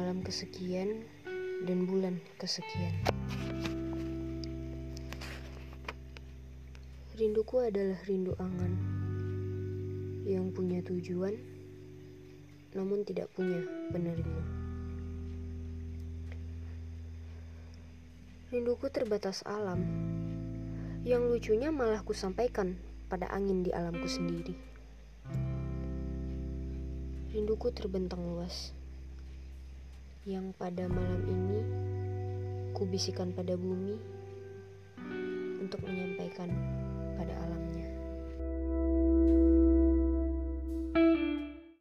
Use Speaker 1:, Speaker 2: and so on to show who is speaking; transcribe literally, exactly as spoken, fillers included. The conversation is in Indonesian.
Speaker 1: malam kesekian dan bulan kesekian. Rinduku adalah rindu angan yang punya tujuan namun tidak punya penerima. Rinduku terbatas alam yang lucunya malah kusampaikan pada angin di alamku sendiri. Rinduku terbentang luas yang pada malam ini kubisikan pada bumi untuk menyampaikan